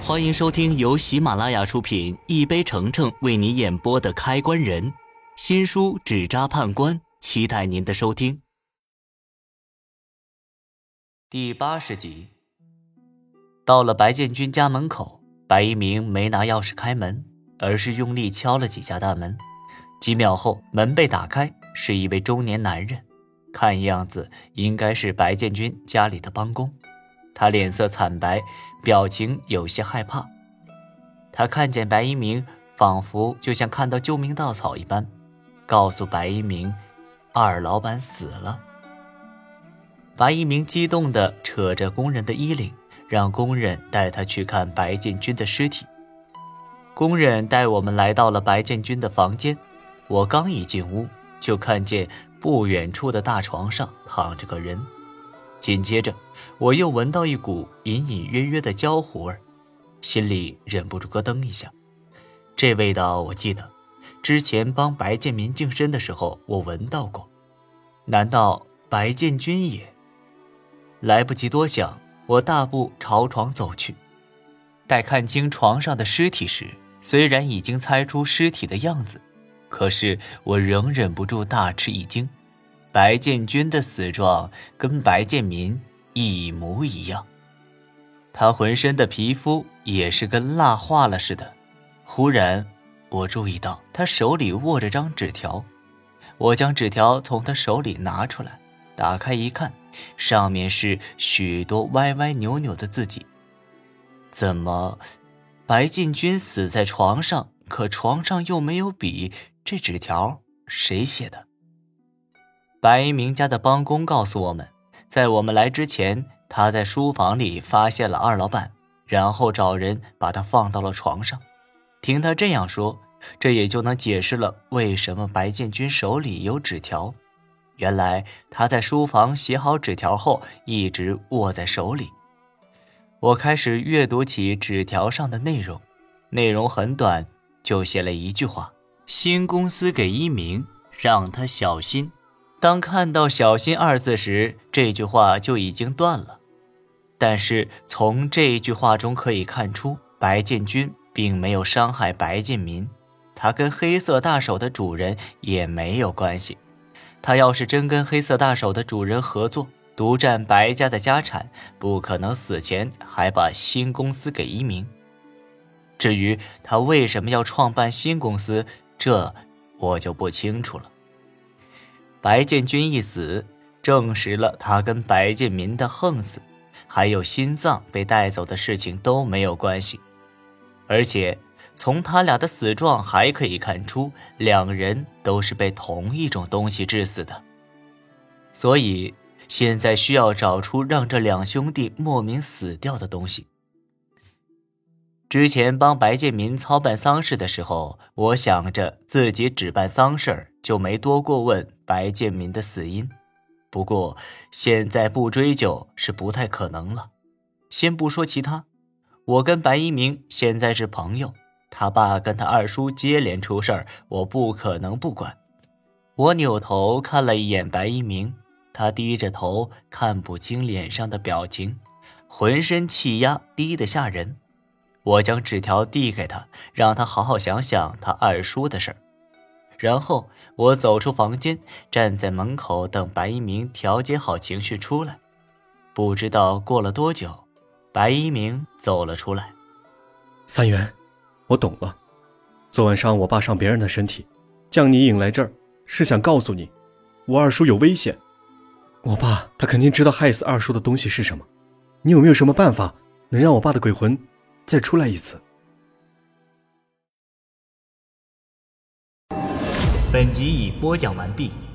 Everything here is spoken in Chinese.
欢迎收听由喜马拉雅出品，一杯橙橙为你演播的《开关人》新书《纸扎判官》，期待您的收听。第80集。到了白建军家门口，白一鸣没拿钥匙开门，而是用力敲了几下大门。几秒后，门被打开，是一位中年男人，看样子应该是白建军家里的帮工。他脸色惨白，表情有些害怕。他看见白一鸣，仿佛就像看到救命稻草一般，告诉白一鸣，二老板死了。白一鸣激动地扯着工人的衣领，让工人带他去看白建军的尸体。工人带我们来到了白建军的房间，我刚一进屋，就看见不远处的大床上躺着个人。紧接着我又闻到一股隐隐约约的焦糊味，心里忍不住咯噔一下。这味道我记得之前帮白建民净身的时候我闻到过，难道白建军也？来不及多想，我大步朝床走去。待看清床上的尸体时，虽然已经猜出尸体的样子，可是我仍忍不住大吃一惊。白建军的死状跟白建民一模一样，他浑身的皮肤也是跟蜡化了似的。忽然我注意到他手里握着张纸条，我将纸条从他手里拿出来，打开一看，上面是许多歪歪扭扭的字迹。怎么白建军死在床上，可床上又没有笔，这纸条谁写的？白一鸣家的帮工告诉我们，在我们来之前，他在书房里发现了二老板，然后找人把他放到了床上。听他这样说，这也就能解释了为什么白建军手里有纸条。原来他在书房写好纸条后，一直握在手里。我开始阅读起纸条上的内容，内容很短，就写了一句话：新公司给一鸣，让他小心。当看到小心二字时，这句话就已经断了。但是从这句话中可以看出，白建军并没有伤害白建民，他跟黑色大手的主人也没有关系。他要是真跟黑色大手的主人合作，独占白家的家产，不可能死前还把新公司给一鸣。至于他为什么要创办新公司，这我就不清楚了。白建军一死，证实了他跟白建民的横死，还有心脏被带走的事情都没有关系。而且从他俩的死状还可以看出，两人都是被同一种东西致死的。所以现在需要找出让这两兄弟莫名死掉的东西。之前帮白建民操办丧事的时候，我想着自己只办丧事，就没多过问白建民的死因。不过现在不追究是不太可能了。先不说其他，我跟白一鸣现在是朋友，他爸跟他二叔接连出事儿，我不可能不管。我扭头看了一眼白一鸣，他低着头，看不清脸上的表情，浑身气压低得吓人。我将纸条递给他，让他好好想想他二叔的事儿。然后我走出房间，站在门口等白一鸣调节好情绪出来。不知道过了多久，白一鸣走了出来。 三元，我懂了。昨晚上我爸上别人的身体，将你引来这儿，是想告诉你，我二叔有危险。我爸他肯定知道害死二叔的东西是什么。你有没有什么办法能让我爸的鬼魂再出来一次？ 本集已播讲完毕。